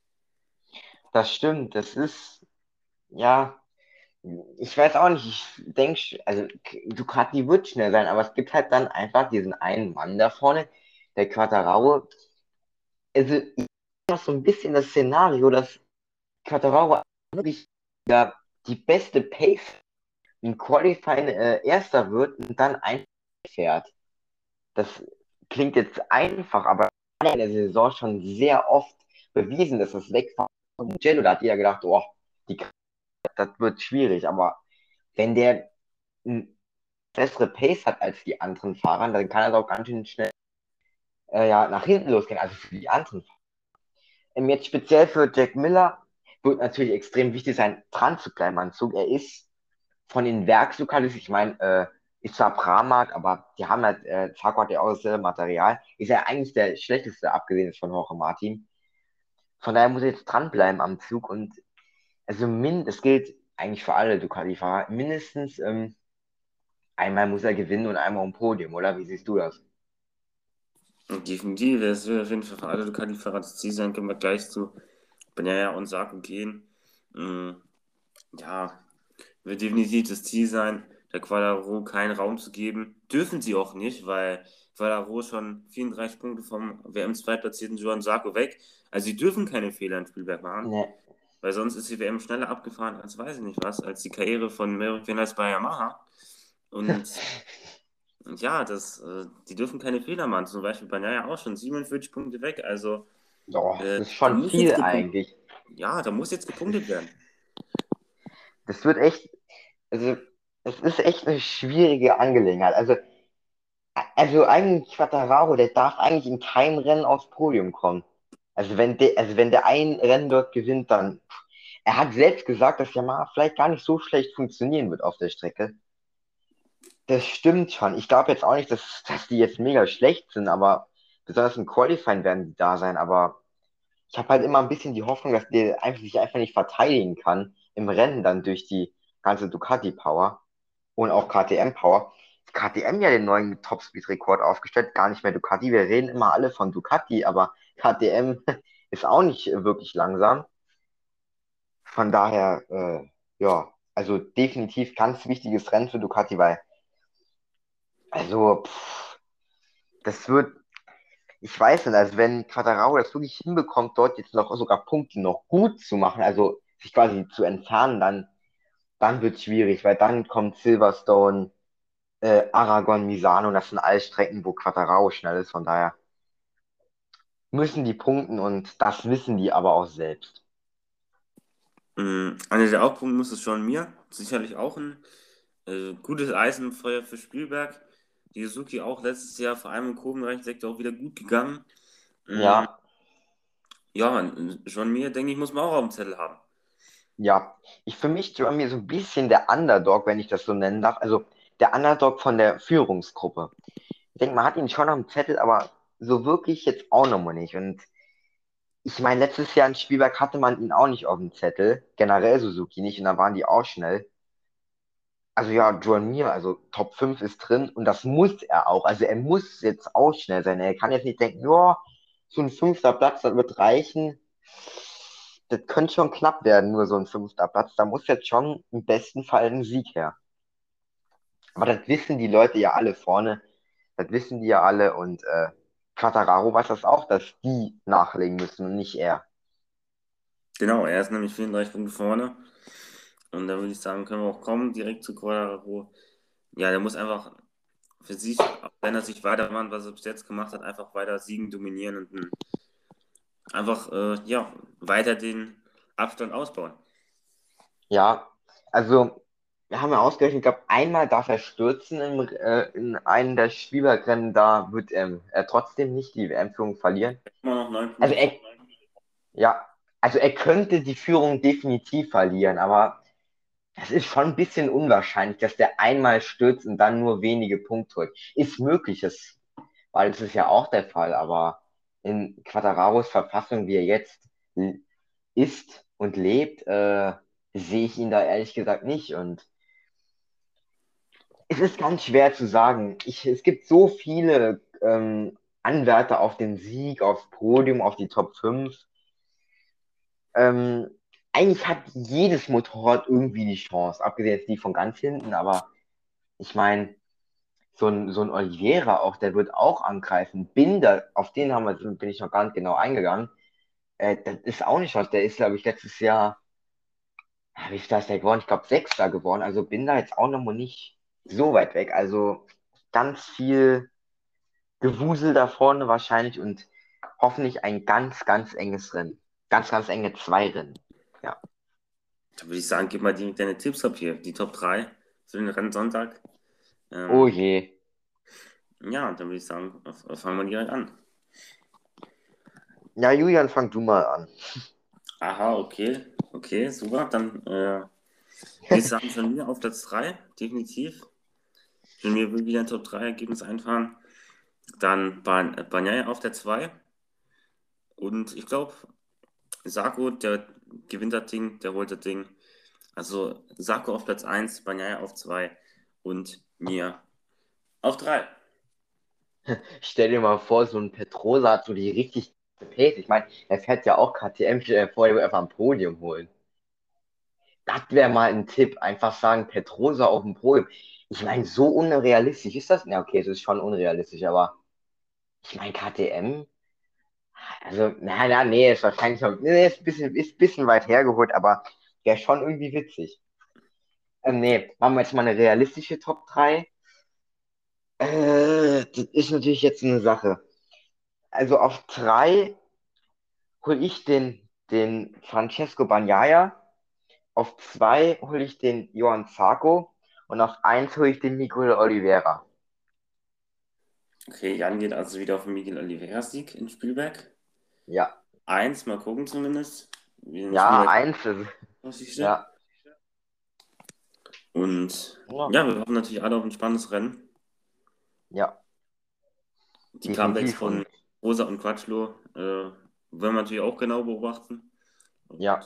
Das stimmt, das ist, ja, ich weiß auch nicht, ich denke, also Ducati wird schnell sein, aber es gibt halt dann einfach diesen einen Mann da vorne, der Quartararo. Also ich habe so ein bisschen das Szenario, dass Quartararo wirklich ja, die beste Pace im Qualifying Erster wird und dann einfach fährt. Das klingt jetzt einfach, aber er hat in der Saison schon sehr oft bewiesen, dass das Wegfahren von Mugello, da hat jeder gedacht, oh, die, das wird schwierig, aber wenn der eine bessere Pace hat als die anderen Fahrer, dann kann er auch ganz schön schnell ja, nach hinten losgehen, also für die anderen. Jetzt speziell für Jack Miller wird natürlich extrem wichtig sein, dran zu bleiben am Zug. Er ist von den Werkslokalen, ich meine, ist zwar Pramac, aber die haben halt, Zarco hat ja auch dasselbe Material, ist ja eigentlich der schlechteste, abgesehen jetzt von Jorge Martin. Von daher muss er jetzt dranbleiben am Zug und also es gilt eigentlich für alle Ducati-Fahrer, mindestens einmal muss er gewinnen und einmal um Podium, oder? Wie siehst du das? Und definitiv, das wird auf jeden Fall für alle Ducati-Fahrer das Ziel sein, können wir gleich zu Bagnaia und Sarko gehen. Ja, wird definitiv das Ziel sein, der Quadraro keinen Raum zu geben. Dürfen sie auch nicht, weil Quadraro schon 34 Punkte vom WM-Zweitplatzierten Johann Sarko weg. Also sie dürfen keine Fehler in Spielberg machen, Ne, weil sonst ist die WM schneller abgefahren als weiß ich nicht was, als die Karriere von Maverick Vinales bei Yamaha. Und ja, die dürfen keine Fehler machen. Zum Beispiel Bagnaia auch schon 47 Punkte weg. Also oh, das ist da schon muss jetzt viel eigentlich. da muss jetzt gepunktet werden. Das wird echt, also es ist echt eine schwierige Angelegenheit. Also eigentlich Quattararo, der darf eigentlich in keinem Rennen aufs Podium kommen. Also wenn der ein Rennen dort gewinnt, dann. Er hat selbst gesagt, dass Yamaha vielleicht gar nicht so schlecht funktionieren wird auf der Strecke. Das stimmt schon. Ich glaube jetzt auch nicht, dass die jetzt mega schlecht sind, aber besonders im Qualifying werden die da sein. Aber ich habe halt immer ein bisschen die Hoffnung, dass der sich einfach nicht verteidigen kann im Rennen dann durch die ganze Ducati-Power und auch KTM-Power. KTM ja den neuen Topspeed-Rekord aufgestellt, gar nicht mehr Ducati. Wir reden immer alle von Ducati, aber KTM ist auch nicht wirklich langsam. Von daher, ja, also definitiv ganz wichtiges Rennen für Ducati, weil, also, das wird, ich weiß nicht, also wenn Quattararo das wirklich hinbekommt, dort jetzt noch sogar Punkte noch gut zu machen, also sich quasi zu entfernen, dann wird es schwierig, weil dann kommt Silverstone, Aragon, Misano, das sind alles Strecken, wo Quattararo schnell ist, von daher müssen die punkten und das wissen die aber auch selbst. Einer der Hauptpunkte muss es schon mir. Sicherlich auch ein gutes Eisen im Feuer für Spielberg. Die Suzuki auch letztes Jahr, vor allem im Kurvenbereich-Sektor, auch wieder gut gegangen. Mm, Ja, ja, schon mir, denke ich, muss man auch auf dem Zettel haben. ja, ich für mich war mir so ein bisschen der Underdog, wenn ich das so nennen darf, also der Underdog von der Führungsgruppe. Ich denke, man hat ihn schon auf dem Zettel, aber so wirklich jetzt auch nochmal nicht. Und ich meine, letztes Jahr in Spielberg hatte man ihn auch nicht auf dem Zettel, generell Suzuki nicht, und da waren die auch schnell. Also ja, Joan Mir, also Top 5 ist drin und das muss er auch. Also er muss jetzt auch schnell sein. Er kann jetzt nicht denken, ja, so ein fünfter Platz, das wird reichen. Das könnte schon knapp werden, nur so ein fünfter Platz. Da muss jetzt schon im besten Fall ein Sieg her. Aber das wissen die Leute ja alle vorne. Das wissen die ja alle. Und Quattararo weiß das auch, dass die nachlegen müssen und nicht er. Genau, er ist nämlich 34 Punkte vorne. Und da würde ich sagen, können wir auch kommen, direkt zu Quadraro. Ja, der muss einfach für sich, auch wenn er sich weitermacht, was er bis jetzt gemacht hat, einfach weiter siegen, dominieren und einfach weiter den Abstand ausbauen. Ja, also wir haben ja ausgerechnet, ich glaube, einmal darf er stürzen in einem der Spielbergrennen, da wird er trotzdem nicht die WM-Führung verlieren. Immer noch 9 Also Punkte. ja, also er könnte die Führung definitiv verlieren, aber das ist schon ein bisschen unwahrscheinlich, dass der einmal stürzt und dann nur wenige Punkte holt. Ist möglich, weil es ist ja auch der Fall, aber in Quattararos Verfassung, wie er jetzt ist und lebt, sehe ich ihn da ehrlich gesagt nicht. Und es ist ganz schwer zu sagen. Es gibt so viele Anwärter auf den Sieg, aufs Podium, auf die Top 5. Ähm, eigentlich hat jedes Motorrad irgendwie die Chance, abgesehen jetzt die von ganz hinten, aber ich meine, so ein Oliveira auch, der wird auch angreifen. Binder, auf den bin ich noch gar nicht genau eingegangen. Das ist auch nicht was. Der ist, glaube ich, letztes Jahr, wie ist das der geworden? Ich glaube, Sechster geworden. Also Binder jetzt auch noch mal nicht so weit weg. Also ganz viel Gewusel da vorne wahrscheinlich und hoffentlich ein ganz, ganz enges Rennen. Ganz, ganz enge zwei Rennen. Ja. Da würde ich sagen, gib mal direkt deine Tipps ab hier. Die Top 3 für den Rennsonntag. Oh je. Ja, dann würde ich sagen, fangen wir direkt an. Ja, Julian, fang du mal an. Aha, okay. Okay, super. Dann würde ich sagen, von mir auf Platz 3, definitiv. Wenn wir wieder ein Top 3 Ergebnis einfahren, dann Bagnaia auf der 2. Und ich glaube, Sarko, der gewinnt das Ding, der holt das Ding. Also Sarko auf Platz 1, Bagnaia auf 2 und mir auf 3. Stell dir mal vor, so ein Petrosa hat so die richtig Pace. Ich meine, er fährt ja auch KTM, stell dir vor, er wird einfach ein Podium holen. Das wäre mal ein Tipp. Einfach sagen, Petrosa auf dem Podium. Ich meine, so unrealistisch ist das? Ja, okay, es ist schon unrealistisch, aber ich meine, KTM, also, nee, ist wahrscheinlich noch, nee, ist ein bisschen weit hergeholt, aber wäre schon irgendwie witzig. Nee, machen wir jetzt mal eine realistische Top 3. Das ist natürlich jetzt eine Sache. Also auf 3 hole ich den Francesco Bagnaia, auf 2 hole ich den Johann Zarco und auf 1 hole ich den Miguel Oliveira. Okay, Jan geht also wieder auf den Miguel Oliveira Sieg in Spielberg. Ja. 1, mal gucken zumindest. Ja, 1 ist. Ja. Und ja, wir hoffen natürlich alle auf ein spannendes Rennen. Ja. Die Comebacks von Rosa und Quatschlo wollen wir natürlich auch genau beobachten. Und, ja.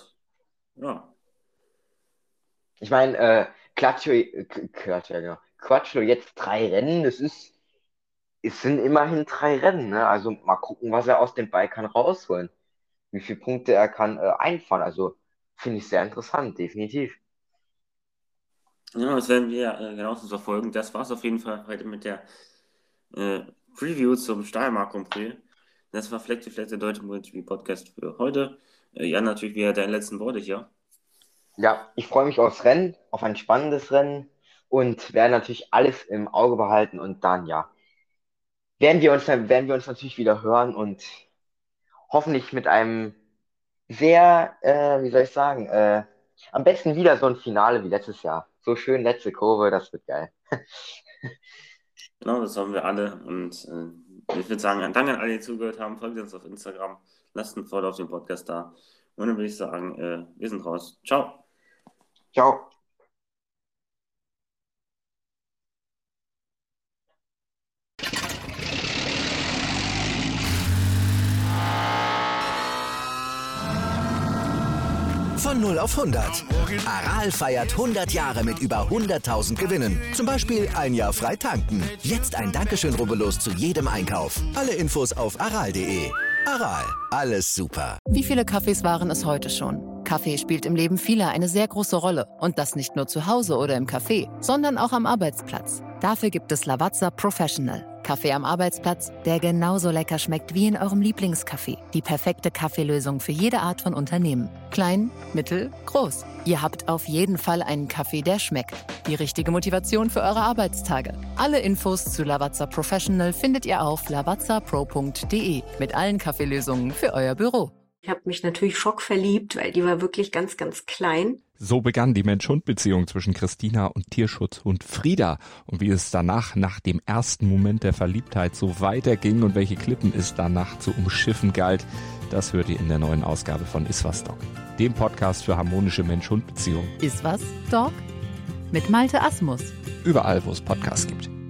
Ich meine, Quatschlo jetzt 3 Rennen, es sind immerhin 3 Rennen, ne? Also mal gucken, was er aus dem Bike kann rausholen. Wie viele Punkte er kann einfahren. Also finde ich sehr interessant, definitiv. Ja, das werden wir genauestens verfolgen. Das war es auf jeden Fall heute mit der Preview zum Steiermark Grand Prix. Das war Fleck to Fleck, der deutsche MotoGP-Podcast für heute. Jan, natürlich wieder deine letzten Worte hier. Ja, ich freue mich aufs Rennen, auf ein spannendes Rennen und werde natürlich alles im Auge behalten und dann, ja, werden wir uns natürlich wieder hören und hoffentlich mit einem sehr, wie soll ich sagen, am besten wieder so ein Finale wie letztes Jahr. So schön letzte Kurve, das wird geil. Genau, das haben wir alle und ich würde sagen, danke an alle, die zugehört haben. Folgt uns auf Instagram, lasst ein Follow auf den Podcast da und dann würde ich sagen, wir sind raus. Ciao. Ciao. Von 0 auf 100. Aral feiert 100 Jahre mit über 100.000 Gewinnen. Zum Beispiel ein Jahr frei tanken. Jetzt ein Dankeschön, rubbellos zu jedem Einkauf. Alle Infos auf aral.de. Aral, alles super. Wie viele Kaffees waren es heute schon? Kaffee spielt im Leben vieler eine sehr große Rolle. Und das nicht nur zu Hause oder im Café, sondern auch am Arbeitsplatz. Dafür gibt es Lavazza Professional. Kaffee am Arbeitsplatz, der genauso lecker schmeckt wie in eurem Lieblingscafé. Die perfekte Kaffeelösung für jede Art von Unternehmen. Klein, mittel, groß. Ihr habt auf jeden Fall einen Kaffee, der schmeckt. Die richtige Motivation für eure Arbeitstage. Alle Infos zu Lavazza Professional findet ihr auf lavazzapro.de mit allen Kaffeelösungen für euer Büro. Ich habe mich natürlich schockverliebt, weil die war wirklich ganz, ganz klein. So begann die Mensch-Hund-Beziehung zwischen Christina und Tierschutzhund Frieda. Und wie es danach, nach dem ersten Moment der Verliebtheit, so weiterging und welche Klippen es danach zu umschiffen galt, das hört ihr in der neuen Ausgabe von Iswas Dog, dem Podcast für harmonische Mensch-Hund-Beziehungen. Iswas Dog? Mit Malte Asmus. Überall, wo es Podcasts gibt.